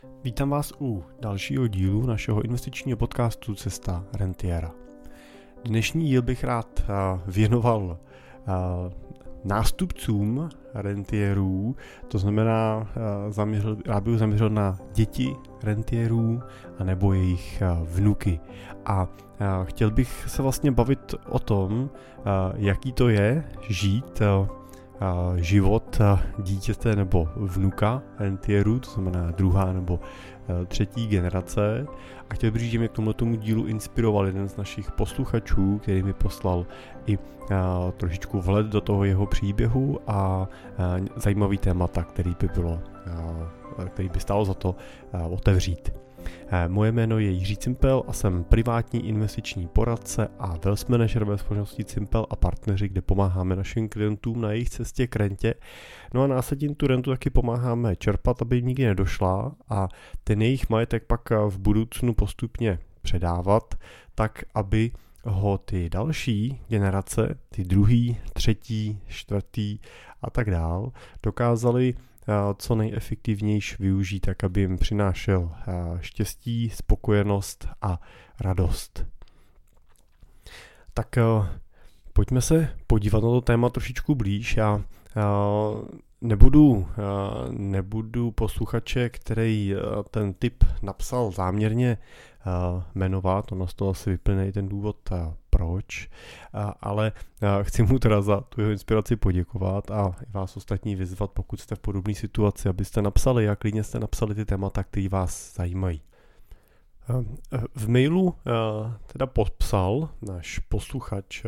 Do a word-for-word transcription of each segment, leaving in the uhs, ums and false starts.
Vítám vás u dalšího dílu našeho investičního podcastu Cesta rentiera. Dnešní díl bych rád věnoval nástupcům rentierů, to znamená, zaměřil, rád bych zaměřil na děti rentierů anebo jejich vnuky. A chtěl bych se vlastně bavit o tom, jaký to je žít život dítěte nebo vnuka rentierů, to znamená druhá nebo třetí generace. A chtěl bych říct, že mě k tomuto dílu inspiroval jeden z našich posluchačů, který mi poslal i trošičku vhled do toho jeho příběhu a zajímavý témata, který by bylo, který by stálo za to otevřít. Moje jméno je Jiří Cimpel a jsem privátní investiční poradce a wealth manager ve společnosti Cimpel a partneři, kde pomáháme našim klientům na jejich cestě k rentě. No a následně tu rentu taky pomáháme čerpat, aby nikdy nedošla a ten jejich majetek pak v budoucnu postupně předávat, tak aby ho ty další generace, ty druhý, třetí, čtvrtý a tak dál, dokázali co nejefektivnější využít, tak aby jim přinášel štěstí, spokojenost a radost. Tak pojďme se podívat na to téma trošičku blíž. Já nebudu, nebudu posluchače, který ten tip napsal, záměrně jmenovat, ono z toho asi vyplyne i ten důvod proč, ale chci mu teda za tu jeho inspiraci poděkovat a vás ostatní vyzvat, pokud jste v podobné situaci, abyste napsali a klidně jste napsali ty témata, které vás zajímají. V mailu teda popsal náš posluchač,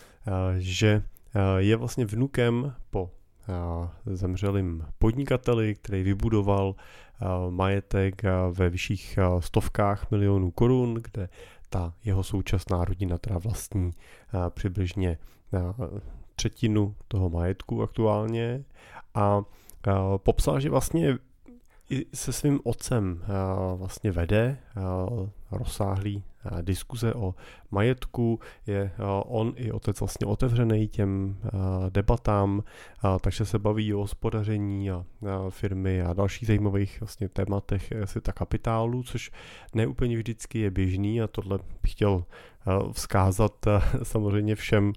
že je vlastně vnukem po zemřelým podnikateli, který vybudoval majetek ve vyšších stovkách milionů korun, kde ta jeho současná rodina teda vlastní přibližně třetinu toho majetku aktuálně a popsal, že vlastně i se svým otcem vlastně vede rozsáhlý diskuze o majetku, je on i otec vlastně otevřený těm debatám, takže se baví o hospodaření a firmy a dalších zajímavých vlastně tématech světa kapitálu, což ne úplně vždycky je běžný a tohle bych chtěl vzkázat samozřejmě všem,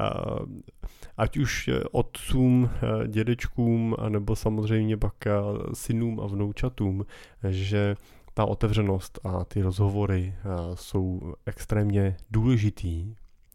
ať už otcům, dědečkům, nebo samozřejmě pak synům a vnoučatům, že ta otevřenost a ty rozhovory jsou extrémně důležitý.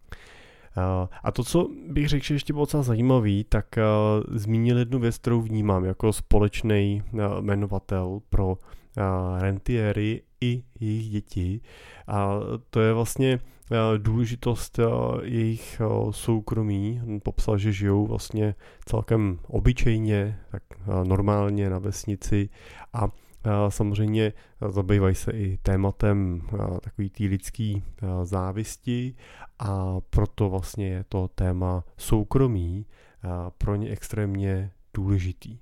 A to, co bych řekl, že ještě bylo docela zajímavý, tak zmínil jednu věc, kterou vnímám jako společný jmenovatel pro rentiéry i jejich děti. A to je vlastně důležitost jejich soukromí. On popsal, že žijou vlastně celkem obyčejně, tak normálně na vesnici a samozřejmě zabývají se i tématem takový tý lidský závisti a proto vlastně je to téma soukromí pro ně extrémně důležitý.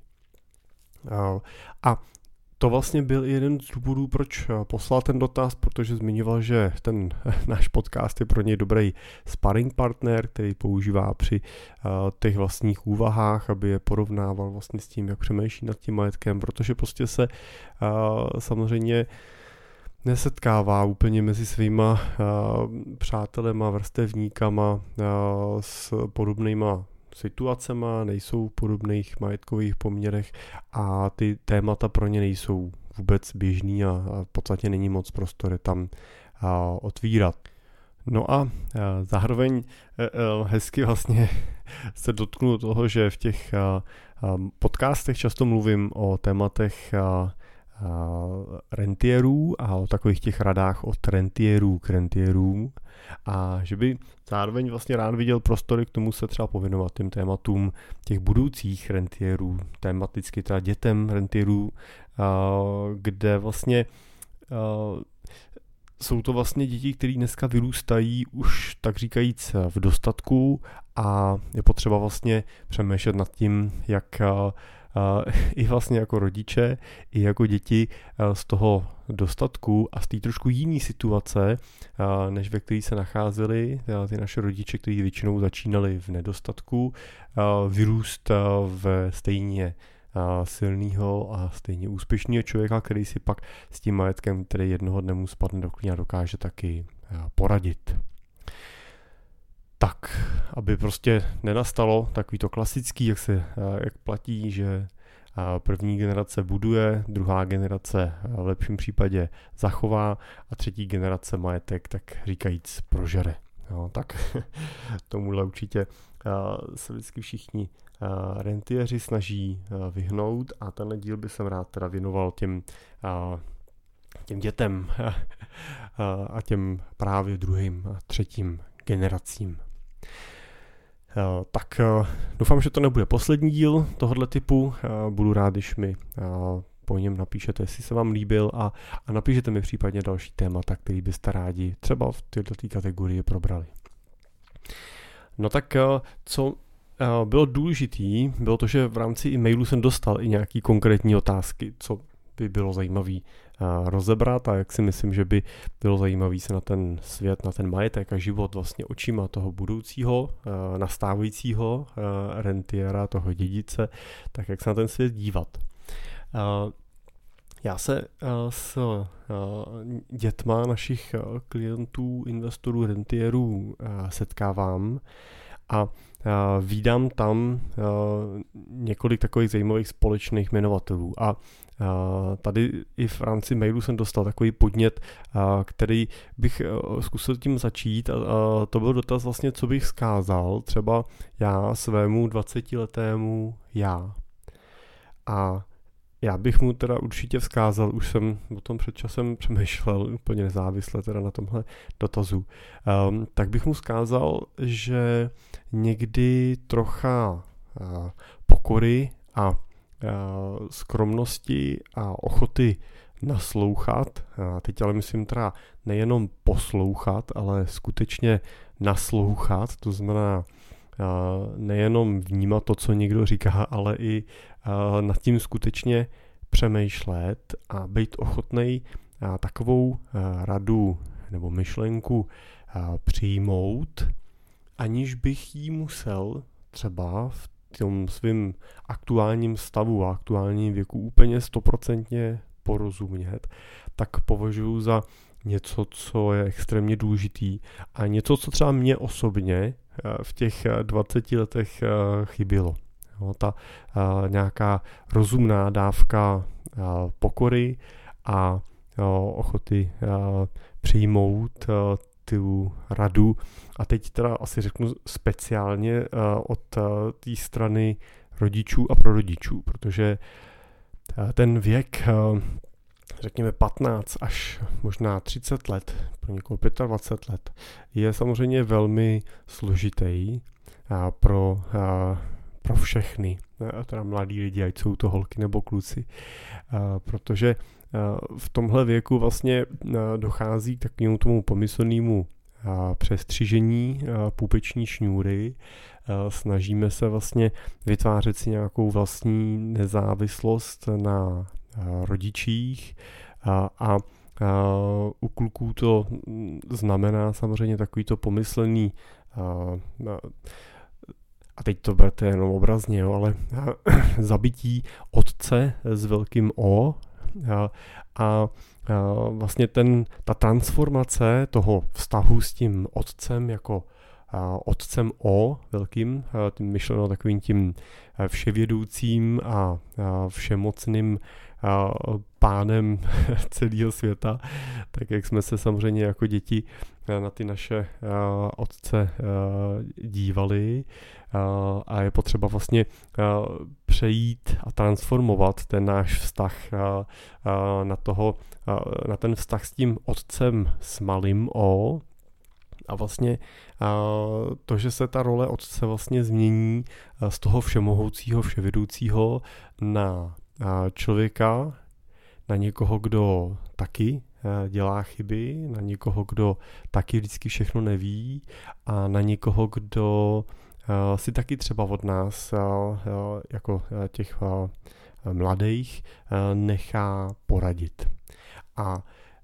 A to vlastně byl i jeden z důvodů, proč poslal ten dotaz, protože zmiňoval, že ten náš podcast je pro něj dobrý sparring partner, který používá při uh, těch vlastních úvahách, aby je porovnával vlastně s tím, jak přemýšlí nad tím majetkem, protože prostě se uh, samozřejmě nesetkává úplně mezi svýma uh, přátelema, vrstevníkama uh, s podobnýma situacema, nejsou v podobných majetkových poměrech a ty témata pro ně nejsou vůbec běžný a, a v podstatě není moc prostory tam a, otvírat. No a, a zároveň a, a, hezky vlastně se dotknu toho, že v těch a, a, podcastech často mluvím o tématech a, rentierů a o takových těch radách od rentierů k rentierům a že by zároveň vlastně rád viděl prostory k tomu se třeba pověnovat těm tématům těch budoucích rentierů, tematicky teda dětem rentierů, kde vlastně jsou to vlastně děti, které dneska vyrůstají už tak říkajíc v dostatku a je potřeba vlastně přemýšlet nad tím, jak Uh, i vlastně jako rodiče, i jako děti uh, z toho dostatku a z té trošku jiné situace, uh, než ve které se nacházeli uh, ty naše rodiče, kteří většinou začínali v nedostatku, uh, vyrůst uh, v stejně silného a stejně úspěšného člověka, který si pak s tím majetkem, který jednoho dne mu spadne do klína, dokáže taky poradit. Tak, aby prostě nenastalo takový to klasický, jak se jak platí, že první generace buduje, druhá generace v lepším případě zachová a třetí generace majetek, tak říkajíc, prožere. No, tak tomuhle určitě se vždycky všichni rentiéři snaží vyhnout a tenhle díl by jsem rád teda věnoval těm, těm dětem a těm právě druhým a třetím generacím. Tak doufám, že to nebude poslední díl tohoto typu. Budu rád, když mi po něm napíšete, jestli se vám líbil a, a napíšete mi případně další témata, který byste rádi třeba v této kategorii probrali. No tak co bylo důležitý, bylo to, že v rámci e-mailu jsem dostal i nějaký konkrétní otázky, co by bylo zajímavé rozebrat a jak si myslím, že by bylo zajímavé se na ten svět, na ten majetek a život vlastně očima toho budoucího, nastávajícího rentiera, toho dědice, tak jak se na ten svět dívat. Já se s dětma našich klientů, investorů, rentierů setkávám a vídám tam několik takových zajímavých společných jmenovatelů a tady i v rámci mailu jsem dostal takový podnět, který bych zkusil tím začít a to byl dotaz vlastně, co bych vzkázal třeba já svému dvacetiletému já. A já bych mu teda určitě vzkázal, už jsem o tom před časem přemýšlel úplně nezávisle teda na tomhle dotazu, um, tak bych mu vzkázal, že někdy trocha uh, pokory a uh, skromnosti a ochoty naslouchat, a teď ale myslím teda nejenom poslouchat, ale skutečně naslouchat, to znamená nejenom vnímat to, co někdo říká, ale i nad tím skutečně přemýšlet a být ochotnej takovou radu nebo myšlenku přijmout, aniž bych jí musel třeba v tom svém aktuálním stavu a aktuálním věku úplně stoprocentně porozumět, tak považuji za něco, co je extrémně důležitý a něco, co třeba mě osobně v těch dvaceti letech chybělo. Jo, ta a, nějaká rozumná dávka a, pokory a, a ochoty a, přijmout a, tu radu. A teď teda asi řeknu speciálně a, od té strany rodičů a prarodičů, protože a, ten věk a, řekněme patnáct až možná třicet let, pro někoho dvacet pět let, je samozřejmě velmi složitý a pro, a, pro všechny, a teda mladí lidi, ať jsou to holky nebo kluci, a, protože a, v tomhle věku vlastně a, dochází k takovému tomu pomyslnému a, přestřižení a, půpeční šňůry. A, snažíme se vlastně vytvářet si nějakou vlastní nezávislost na a, rodičích a, a Uh, u kluků to znamená samozřejmě takový to pomyslný uh, a teď to berte jenom obrazně, jo, ale uh, zabití otce s velkým O uh, a uh, vlastně ten, ta transformace toho vztahu s tím otcem jako uh, otcem O velkým, uh, tím myšleno takovým tím uh, vševědoucím a uh, všemocným uh, pánem celého světa, tak jak jsme se samozřejmě jako děti na ty naše uh, otce uh, dívali uh, a je potřeba vlastně uh, přejít a transformovat ten náš vztah uh, uh, na toho, uh, na ten vztah s tím otcem s malým O a vlastně uh, to, že se ta role otce vlastně změní uh, z toho všemohoucího, vševědoucího na uh, člověka, na někoho, kdo taky dělá chyby, na někoho, kdo taky vždycky všechno neví a na někoho, kdo si taky třeba od nás jako těch mladých nechá poradit. A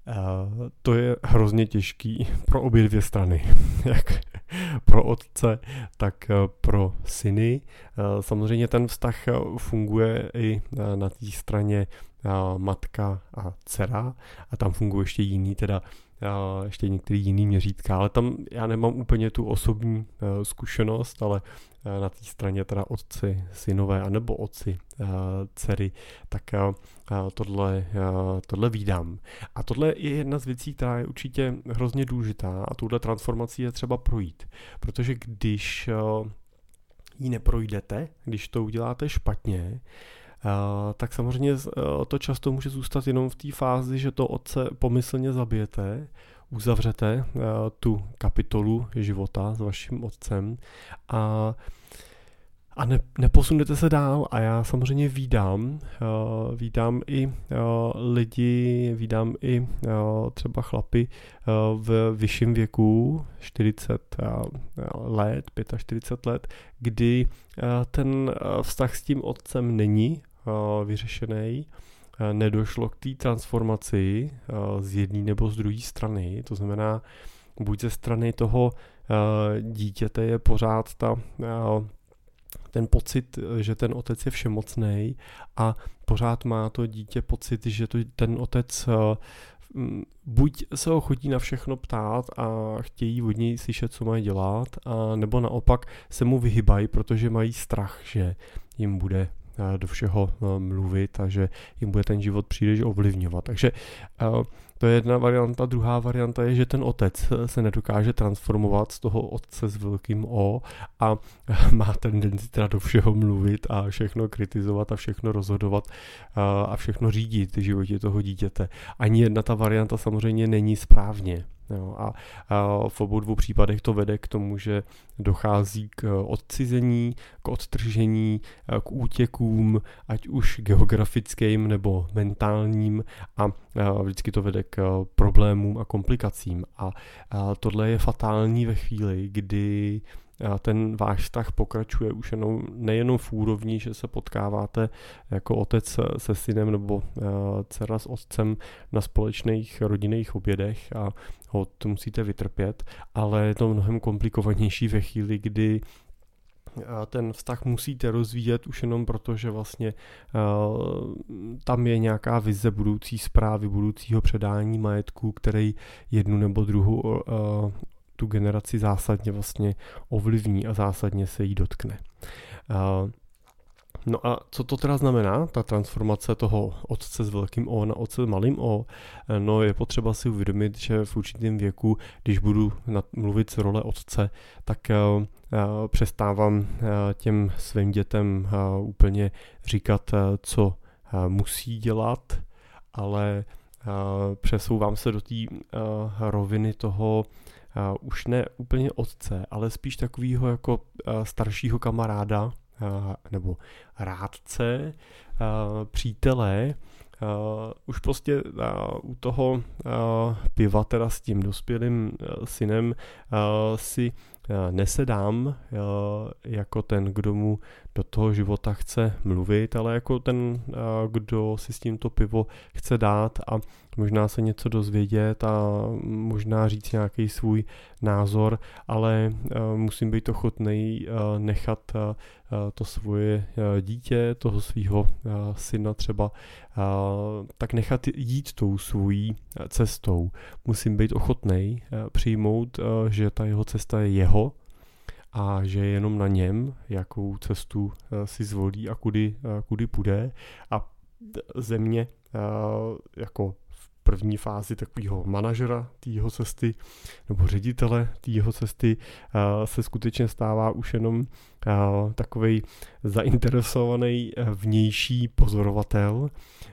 to je hrozně těžký pro obě dvě strany, jak pro otce, tak pro syny. Samozřejmě ten vztah funguje i na té straně matka a dcera a tam funguje ještě jiný, teda ještě některý jiný měřítka, ale tam já nemám úplně tu osobní zkušenost, ale na té straně teda otci, synové, anebo otci, dcery, tak tohle, tohle vídám. A tohle je jedna z věcí, která je určitě hrozně důležitá a tuhle transformací je třeba projít, protože když ji neprojdete, když to uděláte špatně, Uh, tak samozřejmě uh, to často může zůstat jenom v té fázi, že to otce pomyslně zabijete, uzavřete uh, tu kapitolu života s vaším otcem a, a ne, neposunete se dál. A já samozřejmě vídám, uh, vídám i uh, lidi, vídám i uh, třeba chlapy uh, v vyšším věku, čtyřicet let, čtyřicet pět let, kdy uh, ten uh, vztah s tím otcem není vyřešený, nedošlo k té transformaci z jedné nebo z druhé strany, to znamená, buď ze strany toho dítěte je pořád ta, ten pocit, že ten otec je všemocnej a pořád má to dítě pocit, že to, ten otec buď se ho chodí na všechno ptát a chtějí od něj slyšet, co mají dělat, a nebo naopak se mu vyhybají, protože mají strach, že jim bude do všeho mluvit a že jim bude ten život příliš ovlivňovat. Takže to je jedna varianta. Druhá varianta je, že ten otec se nedokáže transformovat z toho otce s velkým O a má tendenci teda do všeho mluvit a všechno kritizovat a všechno rozhodovat a všechno řídit v životě toho dítěte. Ani jedna ta varianta samozřejmě není správně. Jo, a, a v obou dvou případech to vede k tomu, že dochází k odcizení, k odtržení, k útěkům, ať už geografickým nebo mentálním a, a vždycky to vede k problémům a komplikacím. A, a tohle je fatální ve chvíli, kdy ten váš vztah pokračuje už jenom, nejenom v úrovni, že se potkáváte jako otec se synem nebo dcera s otcem na společných rodinných obědech a ho to musíte vytrpět, ale je to mnohem komplikovanější ve chvíli, kdy ten vztah musíte rozvíjet už jenom proto, že vlastně uh, tam je nějaká vize budoucí správy, budoucího předání majetku, který jednu nebo druhou uh, tu generaci zásadně vlastně ovlivní a zásadně se jí dotkne. Uh, No a co to teda znamená, ta transformace toho otce s velkým O na otce s malým O? No je potřeba si uvědomit, že v určitém věku, když budu mluvit z role otce, tak uh, přestávám uh, těm svým dětem uh, úplně říkat, uh, co uh, musí dělat, ale uh, přesouvám se do té uh, roviny toho uh, už ne úplně otce, ale spíš takového jako uh, staršího kamaráda, nebo rádce, přítele, už prostě u toho piva teda s tím dospělým synem si nesedám jako ten, kdo mu do toho života chce mluvit, ale jako ten, kdo si s tím to pivo chce dát a možná se něco dozvědět a možná říct nějaký svůj názor, ale musím být ochotný nechat to svoje dítě, toho svého syna třeba, tak nechat jít tou svojí cestou. Musím být ochotný přijmout, že ta jeho cesta je jeho a že je jenom na něm, jakou cestu si zvolí a kudy, kudy půjde. A země jako první fázi takového manažera té jeho cesty nebo ředitele té jeho cesty uh, se skutečně stává už jenom uh, takovej zainteresovaný uh, vnější pozorovatel, uh,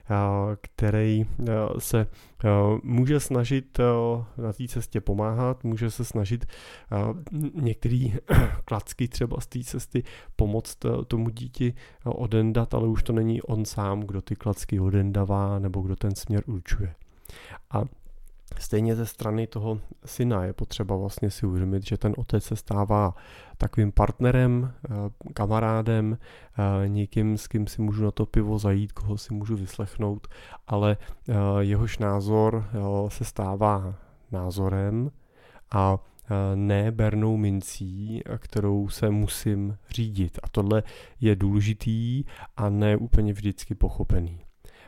který uh, se uh, může snažit uh, na té cestě pomáhat, může se snažit uh, některý klacky třeba z té cesty pomoct uh, tomu díti uh, odendat, ale už to není on sám, kdo ty klacky odendavá nebo kdo ten směr určuje. A Stejně ze strany toho syna je potřeba vlastně si uvědomit, že ten otec se stává takovým partnerem, kamarádem, někým, s kým si můžu na to pivo zajít, koho si můžu vyslechnout, ale jehož názor se stává názorem a ne bernou mincí, kterou se musím řídit. A tohle je důležitý a ne úplně vždycky pochopený.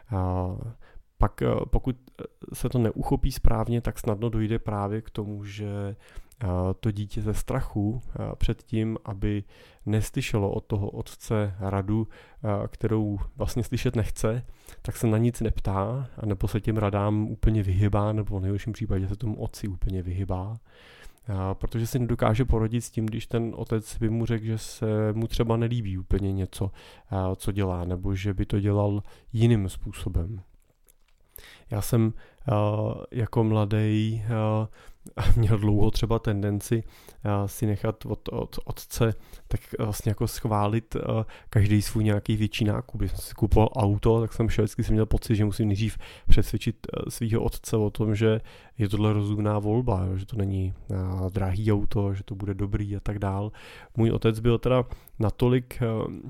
Pak pokud se to neuchopí správně, tak snadno dojde právě k tomu, že to dítě ze strachu před tím, aby neslyšelo od toho otce radu, kterou vlastně slyšet nechce, tak se na nic neptá, anebo se těm radám úplně vyhybá, nebo v nejhorším případě se tomu otci úplně vyhybá. Protože si nedokáže poradit s tím, když ten otec by mu řekl, že se mu třeba nelíbí úplně něco, co dělá, nebo že by to dělal jiným způsobem. Já jsem uh, jako mladý uh, měl dlouho třeba tendenci uh, si nechat od, od otce tak vlastně jako schválit uh, každý svůj nějaký větší nákup. Když jsem si kupoval auto, tak jsem šel, vždycky jsem měl pocit, že musím nejdřív přesvědčit uh, svého otce o tom, že je tohle rozumná volba, jo, že to není uh, drahý auto, že to bude dobrý a tak dál. Můj otec byl teda natolik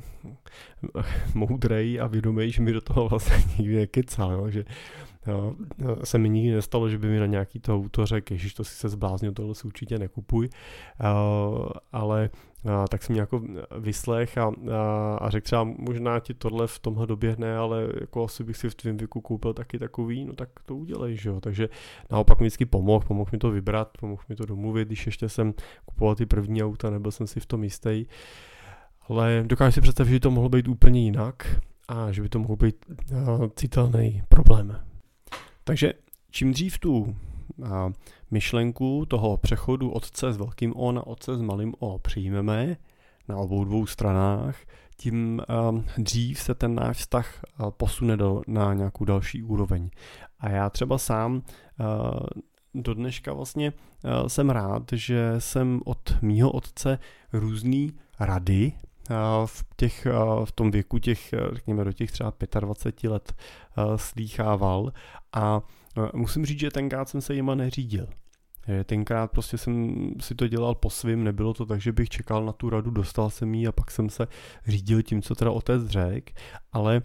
uh, moudrej a vědomý, že mi do toho vlastně nikdy nekecal, jo, že Jo, se mi nikdy nestalo, že by mi na nějaký to auto řekl, ježiš, to si se zbláznil, tohle si určitě nekupuj, uh, ale uh, tak jsem mě jako vyslech a, uh, a řekl třeba, možná ti tohle v tomhle doběhne, ale jako asi bych si v tvém věku koupil taky takový, no tak to udělej, že jo, takže naopak mi vždycky pomohl, pomohl mi to vybrat, pomohl mi to domluvit, když ještě jsem kupoval ty první auta, nebyl jsem si v tom jistý, ale dokážu si představit, že to mohlo být úplně jinak a že by to mohl být uh, citelný problém. Takže čím dřív tu a, myšlenku toho přechodu otce s velkým O na otce s malým O přijmeme na obou dvou stranách, tím a, dřív se ten náš vztah a, posune do, na nějakou další úroveň. A já třeba sám a, do dneška vlastně a, jsem rád, že jsem od mýho otce různý rady v, těch, v tom věku těch, řekněme, do těch třeba dvacet pět let slýchával a musím říct, že tenkrát jsem se jima neřídil. Tenkrát prostě jsem si to dělal po svým, nebylo to tak, že bych čekal na tu radu, dostal jsem ji a pak jsem se řídil tím, co teda otec řekl, ale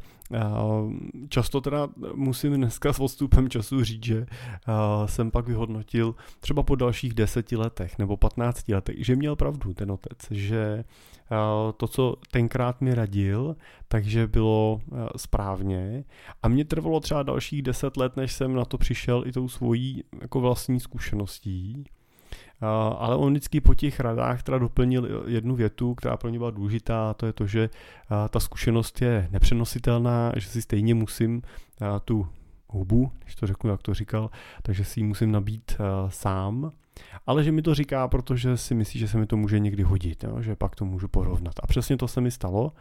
často teda musím dneska s odstupem času říct, že jsem pak vyhodnotil třeba po dalších deseti letech nebo patnácti letech, že měl pravdu ten otec, že to, co tenkrát mi radil, takže bylo správně a mě trvalo třeba dalších deset let, než jsem na to přišel i tou svojí jako vlastní zkušeností. Uh, ale on vždycky po těch radách teda doplnil jednu větu, která pro mě byla důležitá, a to je to, že uh, ta zkušenost je nepřenositelná, že si stejně musím uh, tu hubu, když to řeknu, jak to říkal, takže si ji musím nabít uh, sám, ale že mi to říká, protože si myslí, že se mi to může někdy hodit, jo? Že pak to můžu porovnat. A přesně to se mi stalo.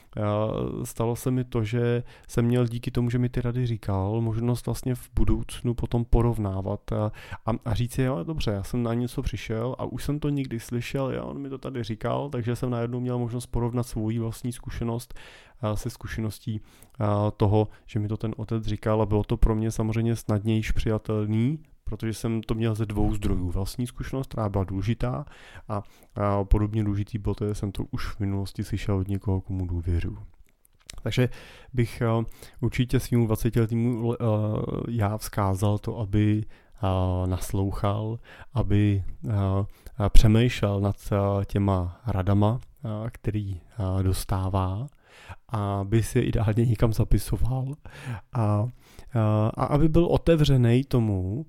Stalo se mi to, že jsem měl díky tomu, že mi ty rady říkal, možnost vlastně v budoucnu potom porovnávat a, a, a říct si, jo, dobře, já jsem na něco přišel a už jsem to někdy slyšel, jo, on mi to tady říkal, takže jsem najednou měl možnost porovnat svoji vlastní zkušenost a, se zkušeností a, toho, že mi to ten otec říkal a bylo to pro mě samozřejmě snadnější přijatelný, protože jsem to měl ze dvou zdrojů. Vlastní zkušenost, která byla důležitá a, a podobně důležitý bylo to, že jsem to už v minulosti slyšel od někoho, komu důvěřuji. Takže bych uh, určitě svým dvacetiletýmu uh, já vzkázal to, aby uh, naslouchal, aby uh, přemýšlel nad uh, těma radama, uh, který uh, dostává, aby si je ideálně někam zapisoval a, uh, a aby byl otevřený tomu,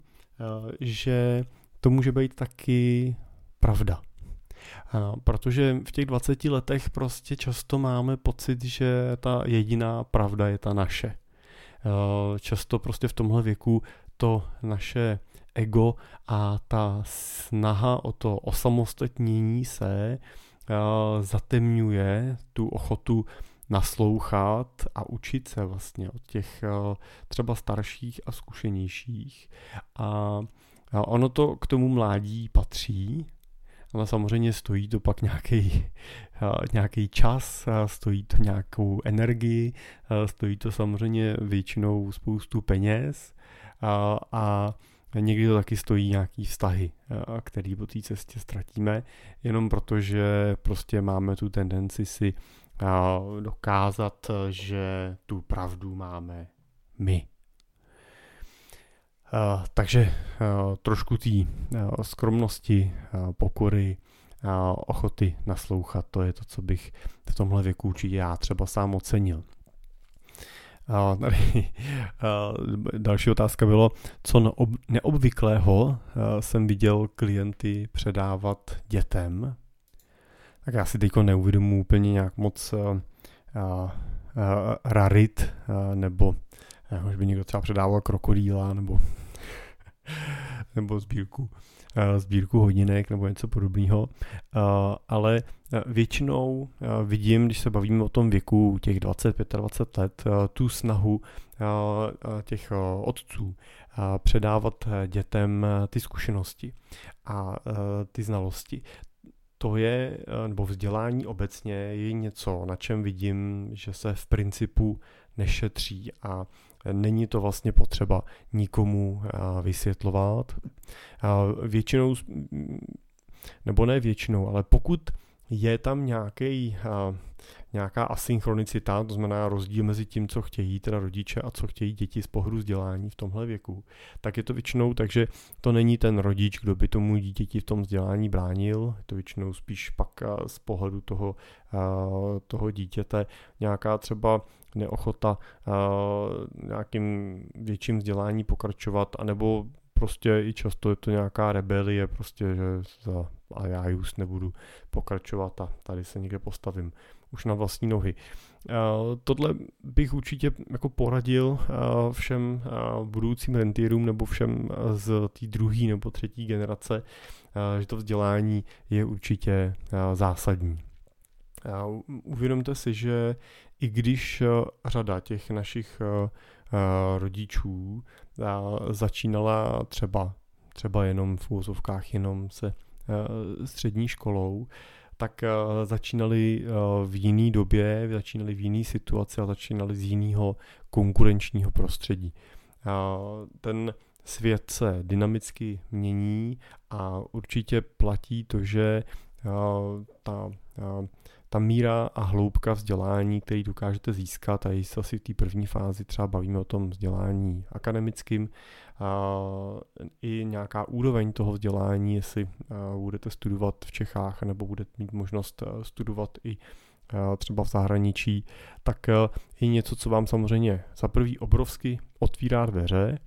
že to může být taky pravda. Protože v těch dvaceti letech prostě často máme pocit, že ta jediná pravda je ta naše. Často prostě v tomhle věku to naše ego a ta snaha o to osamostatnění se zatemňuje tu ochotu naslouchat a učit se vlastně od těch třeba starších a zkušenějších. A ono to k tomu mládí patří, ale samozřejmě stojí to pak nějaký, nějaký čas, stojí to nějakou energii, stojí to samozřejmě většinou spoustu peněz a, a někdy to taky stojí nějaký vztahy, který po té cestě ztratíme, jenom protože prostě máme tu tendenci si dokázat, že tu pravdu máme my. Takže trošku té skromnosti, pokory, ochoty naslouchat, to je to, co bych v tomhle věku určitě já třeba sám ocenil. A tady, a další otázka bylo, co neobvyklého jsem viděl klienty předávat dětem. Tak já si teďko neuvědomuji úplně nějak moc a, a, rarit, a, nebo už by někdo třeba předával krokodýla, nebo, nebo sbírku, a, sbírku hodinek, nebo něco podobného. A, ale většinou vidím, když se bavíme o tom věku těch dvacet dvacet pět let, tu snahu těch otců předávat dětem ty zkušenosti a ty znalosti. To je, nebo vzdělání obecně je něco, na čem vidím, že se v principu nešetří a není to vlastně potřeba nikomu vysvětlovat. Většinou, nebo ne většinou, ale pokud je tam nějaký, nějaká asynchronicita, to znamená rozdíl mezi tím, co chtějí teda rodiče a co chtějí děti z pohledu vzdělání v tomhle věku, tak je to většinou, takže to není ten rodič, kdo by tomu dítěti v tom vzdělání bránil, je to většinou spíš pak z pohledu toho, toho dítěte nějaká třeba neochota nějakým větším vzdělání pokračovat, anebo prostě i často je to nějaká rebelie, prostě, že za, a já just nebudu pokračovat a tady se někde postavím už na vlastní nohy. Uh, tohle bych určitě jako poradil uh, všem uh, budoucím rentierům nebo všem z té druhé nebo třetí generace, uh, že to vzdělání je určitě uh, zásadní. Uh, uvědomte si, že i když uh, řada těch našich uh, rodičů začínala třeba, třeba jenom v úvozovkách jenom se střední školou, tak začínali v jiné době, začínali v jiné situaci a začínali z jiného konkurenčního prostředí. Ten svět se dynamicky mění a určitě platí to, že ta Ta míra a hloubka vzdělání, který dokážete získat, a jestli asi v té první fázi třeba bavíme o tom vzdělání akademickým, a i nějaká úroveň toho vzdělání, jestli budete studovat v Čechách nebo budete mít možnost studovat i třeba v zahraničí, tak je něco, co vám samozřejmě za prvý obrovsky otvírá dveře,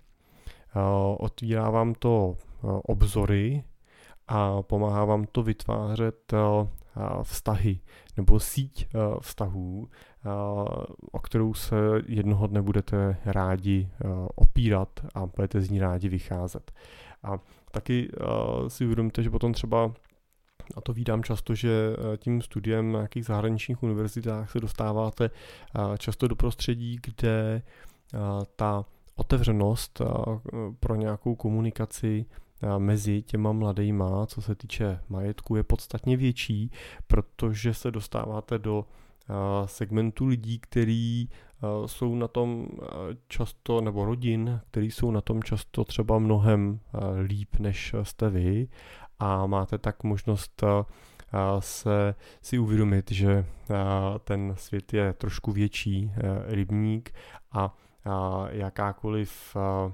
otvírá vám to obzory a pomáhá vám to vytvářet vztahy nebo síť vztahů, o kterou se jednoho dne budete rádi opírat a budete z ní rádi vycházet. A taky si uvědomte, že potom třeba, a to vídám často, že tím studiem na nějakých zahraničních univerzitách se dostáváte často do prostředí, kde ta otevřenost pro nějakou komunikaci mezi těma mladejma, co se týče majetku, je podstatně větší, protože se dostáváte do segmentu lidí, který jsou na tom často, nebo rodin, který jsou na tom často třeba mnohem líp, než jste vy, a máte tak možnost se si uvědomit, že ten svět je trošku větší rybník a jakákoliv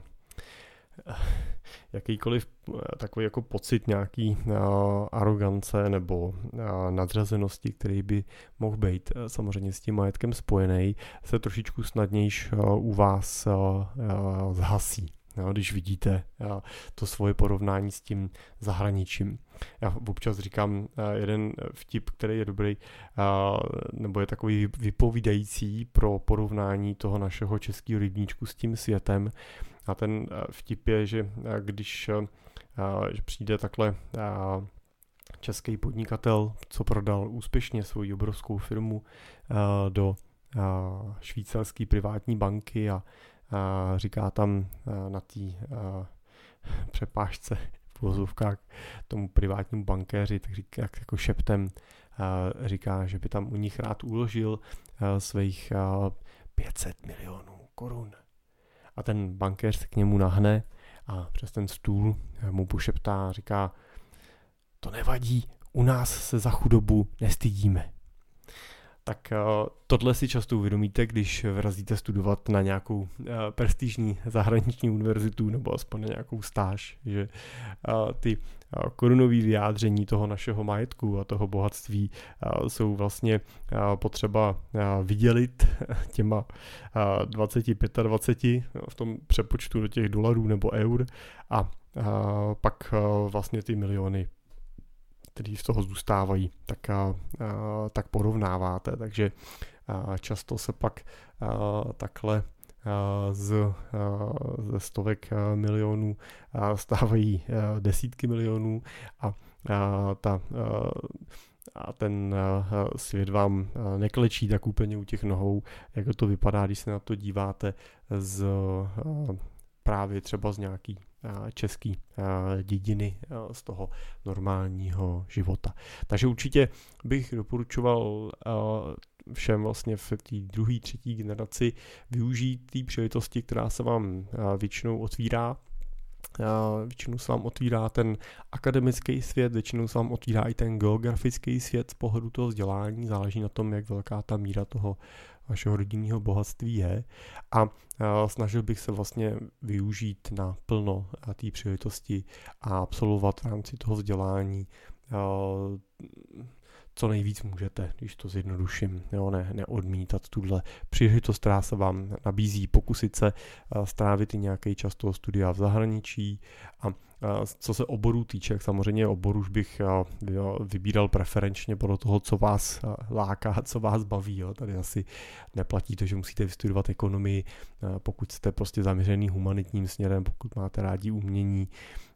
jakýkoliv takový jako pocit nějaký uh, arogance nebo uh, nadřazenosti, který by mohl být uh, samozřejmě s tím majetkem spojený, se trošičku snadnějš uh, u vás uh, uh, zhasí, no, když vidíte uh, to svoje porovnání s tím zahraničím. Já občas říkám uh, jeden vtip, který je dobrý, uh, nebo je takový vypovídající pro porovnání toho našeho českého rybníčku s tím světem. A ten vtip je, že když že přijde takhle český podnikatel, co prodal úspěšně svoji obrovskou firmu do švýcarské privátní banky a říká tam na té přepážce v uvozovkách tomu privátnímu bankéři, tak říká jako šeptem, říká, že by tam u nich rád uložil svých pět set milionů korun. A ten bankéř se k němu nahne a přes ten stůl mu pošeptá a říká: to nevadí, u nás se za chudobu nestydíme. Tak tohle si často uvědomíte, když vyrazíte studovat na nějakou prestižní zahraniční univerzitu nebo aspoň na nějakou stáž, že ty korunové vyjádření toho našeho majetku a toho bohatství jsou vlastně potřeba vydělit těma dvacet, dvacet pět v tom přepočtu do těch dolarů nebo eur a pak vlastně ty miliony, který z toho zůstávají, tak, a, a, tak porovnáváte. Takže a, často se pak a, takhle a, z, a, ze stovek a, milionů a, stávají a, desítky milionů a, a, ta, a, a ten a, svět vám a, neklečí tak úplně u těch nohou, jako to vypadá, když se na to díváte z a, právě třeba z nějaký český dědiny z toho normálního života. Takže určitě bych doporučoval všem vlastně v té druhé, třetí generaci využít té příležitosti, která se vám většinou otvírá. Většinou se vám otvírá ten akademický svět, většinou se vám otvírá i ten geografický svět z pohledu toho vzdělání, záleží na tom, jak velká ta míra toho vašeho rodinného bohatství je a snažil bych se vlastně využít naplno té příležitosti a absolvovat v rámci toho vzdělání co nejvíc můžete, když to zjednoduším, jo, ne, neodmítat tuhle příležitost, která se vám nabízí, pokusit se strávit i nějaký čas toho studia v zahraničí a co se oborů týče, samozřejmě oboru už bych vybíral preferenčně podle toho, co vás láká, co vás baví. Jo. Tady asi neplatí to, že musíte vystudovat ekonomii, pokud jste prostě zaměřený humanitním směrem, pokud máte rádi umění.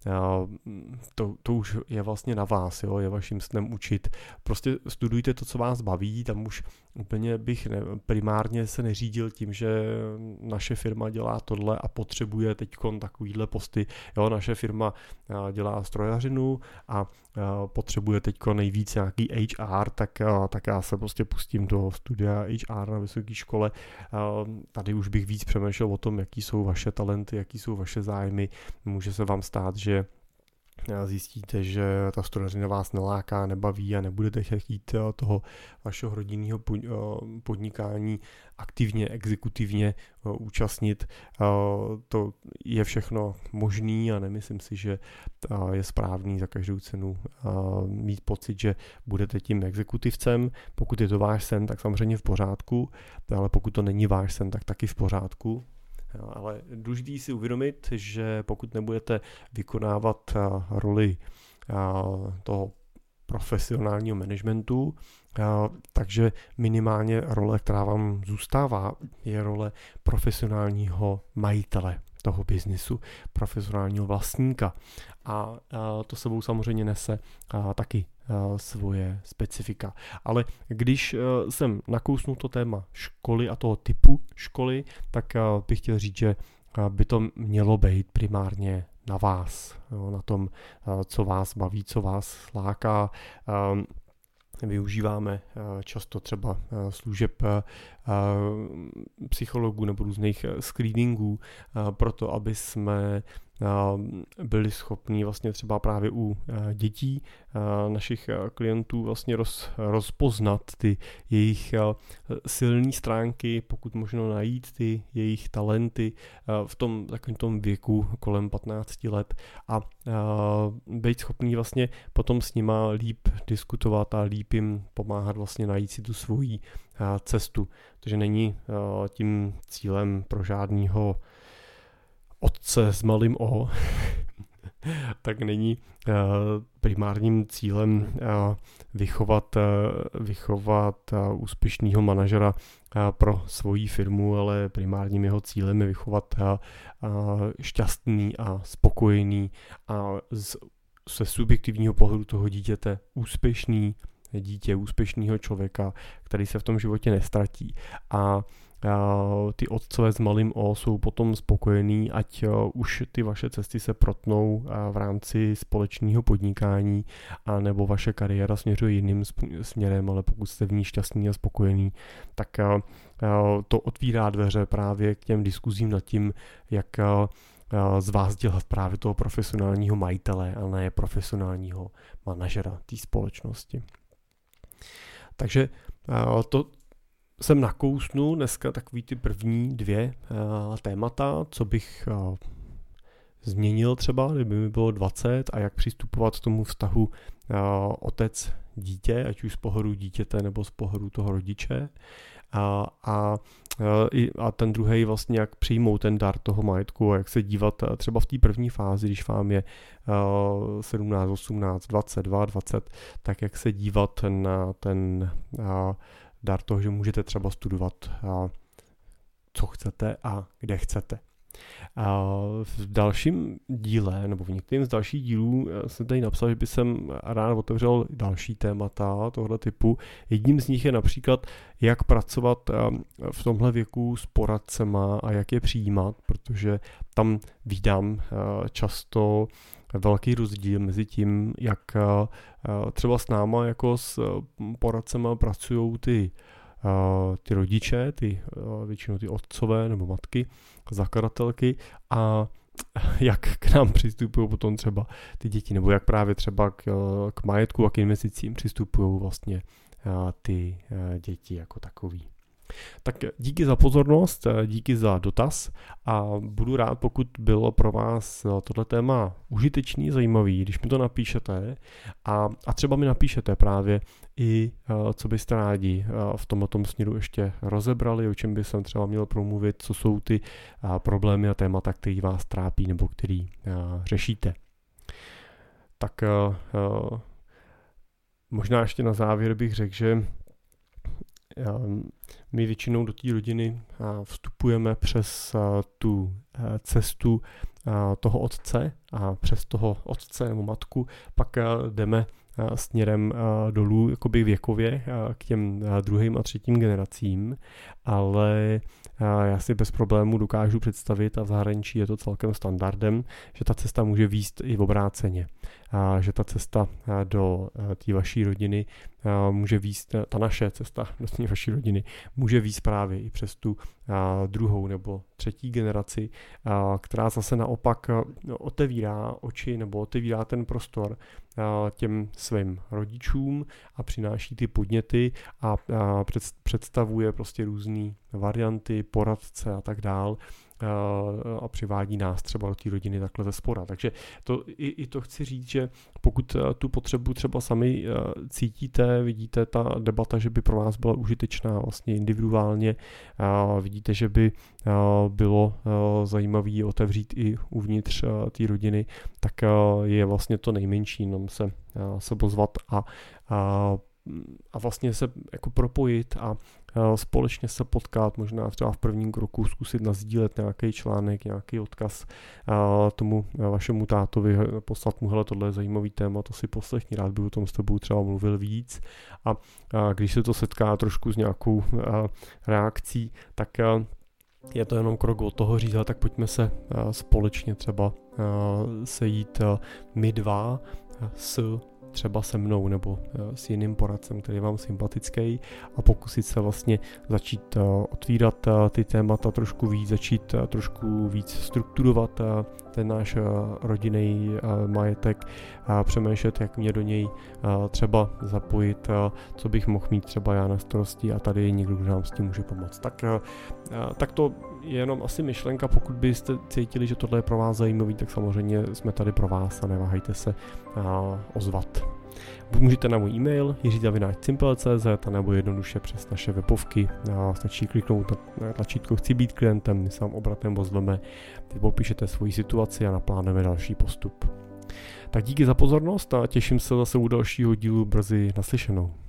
To, to už je vlastně na vás, jo. Je vaším snem učit. Prostě studujte to, co vás baví, tam už úplně bych ne, primárně se neřídil tím, že naše firma dělá tohle a potřebuje teďkon takovýhle posty. Jo, naše firma dělá strojařinu a potřebuje teďko nejvíc nějaký H R, tak, tak já se prostě pustím do studia H R na vysoké škole. Tady už bych víc přemýšlel o tom, jaký jsou vaše talenty, jaký jsou vaše zájmy. Může se vám stát, že zjistíte, že ta strojařina vás neláká, nebaví a nebudete chtít toho vašeho rodinného podnikání aktivně, exekutivně účastnit. To je všechno možný a nemyslím si, že je správný za každou cenu mít pocit, že budete tím exekutivcem. Pokud je to váš sen, tak samozřejmě v pořádku, ale pokud to není váš sen, tak taky v pořádku. Jo, ale důležité si uvědomit, že pokud nebudete vykonávat uh, roli uh, toho profesionálního managementu, uh, takže minimálně role, která vám zůstává, je role profesionálního majitele toho biznisu, profesionálního vlastníka. A uh, to sebou samozřejmě nese uh, taky svoje specifika. Ale když jsem nakousnul to téma školy a toho typu školy, tak bych chtěl říct, že by to mělo být primárně na vás, na tom, co vás baví, co vás láká. Využíváme často třeba služeb psychologů nebo různých screeningů proto, aby jsme byli schopni vlastně třeba právě u dětí našich klientů vlastně roz, rozpoznat ty jejich silné stránky, pokud možno najít ty jejich talenty v tom takovém tom věku kolem patnáct let a být schopný vlastně potom s nima líp diskutovat a líp jim pomáhat vlastně najít si tu svoji cestu. Takže není tím cílem pro žádnýho otce s malým O, tak není uh, primárním cílem uh, vychovat, uh, vychovat uh, úspěšného manažera uh, pro svoji firmu, ale primárním jeho cílem je vychovat uh, uh, šťastný a spokojený a z, ze subjektivního pohledu toho dítěte úspěšný dítě, úspěšného člověka, který se v tom životě nestratí. A ty otcové s malým O jsou potom spokojení, ať už ty vaše cesty se protnou v rámci společného podnikání a nebo vaše kariéra směřuje jiným směrem, ale pokud jste v ní šťastný a spokojený, tak to otvírá dveře právě k těm diskuzím nad tím, jak z vás dělat právě toho profesionálního majitele, a ne profesionálního manažera té společnosti. Takže to jsem nakousnul dneska takový ty první dvě témata, co bych změnil třeba, kdyby mi bylo dvacet, a jak přistupovat k tomu vztahu otec dítě, ať už z pohledu dítěte nebo z pohledu toho rodiče. A, a, a ten druhý vlastně, jak přijmout ten dar toho majetku a jak se dívat třeba v té první fázi, když vám je sedmnáct, osmnáct, dvacet dva, dvacet, tak jak se dívat na ten dar toho, že můžete třeba studovat, co chcete a kde chcete. A v dalším díle, nebo v některém z dalších dílů jsem tady napsal, že bych jsem rád otevřel další témata tohoto typu. Jedním z nich je například, jak pracovat v tomhle věku s poradcema a jak je přijímat, protože tam vídám často velký rozdíl mezi tím, jak třeba s náma jako s poradcema pracují ty ty rodiče, ty, většinou ty otcové nebo matky, zakladatelky, a jak k nám přistupují potom třeba ty děti, nebo jak právě třeba k, k majetku a k investicím přistupují vlastně ty děti jako takový. Tak díky za pozornost, díky za dotaz a budu rád, pokud bylo pro vás tohle téma užitečný, zajímavý, když mi to napíšete a, a třeba mi napíšete právě i co byste rádi v tomto směru ještě rozebrali, o čem by jsem třeba měl promluvit, co jsou ty problémy a témata, které vás trápí nebo který řešíte. Tak možná ještě na závěr bych řekl, že my většinou do té rodiny vstupujeme přes tu cestu toho otce a přes toho otce nebo matku pak jdeme směrem dolů jakoby věkově k těm druhým a třetím generacím, ale já si bez problémů dokážu představit, a v zahraničí je to celkem standardem, že ta cesta může vést i v obráceně. Že ta cesta do té vaší rodiny může vést, ta naše cesta do té vaší rodiny může vést právě i přes tu druhou nebo třetí generaci, která zase naopak otevírá oči nebo otevírá ten prostor těm svým rodičům a přináší ty podněty a představuje prostě různé varianty, poradce a tak dál a přivádí nás třeba do té rodiny takhle ze spora. Takže to, i, i to chci říct, že pokud tu potřebu třeba sami cítíte, vidíte ta debata, že by pro vás byla užitečná vlastně individuálně, vidíte, že by bylo zajímavé otevřít i uvnitř té rodiny, tak je vlastně to nejmenší, nám se, se pozvat a, a a vlastně se jako propojit a společně se potkat, možná třeba v prvním kroku zkusit nasdílet nějaký článek, nějaký odkaz tomu vašemu tátovi, poslat mu, hele, tohle je zajímavý téma, to si poslechni, rád bych o tom s tebou třeba mluvil víc, a když se to setká trošku s nějakou reakcí, tak je to jenom krok od toho říct, tak pojďme se společně třeba sejít my dva s třeba se mnou nebo s jiným poradcem, který je vám sympatický, a pokusit se vlastně začít otvírat ty témata trošku víc, začít trošku víc strukturovat ten náš rodinný majetek a přemýšlet, jak mě do něj třeba zapojit, co bych mohl mít třeba já na starosti, a tady je někdo, kdo nám s tím může pomoct. Tak, tak to je jenom asi myšlenka, pokud byste cítili, že tohle je pro vás zajímavý, tak samozřejmě jsme tady pro vás a neváhejte se ozvat. Můžete na můj e-mail jiří zavináč simple tečka cé zet nebo jednoduše přes naše webovky. Stačí kliknout na tlačítko chci být klientem, my se vám obratem ozveme, vy popíšete svoji situaci a naplánujeme další postup. Tak díky za pozornost a těším se zase u dalšího dílu brzy naslyšenou.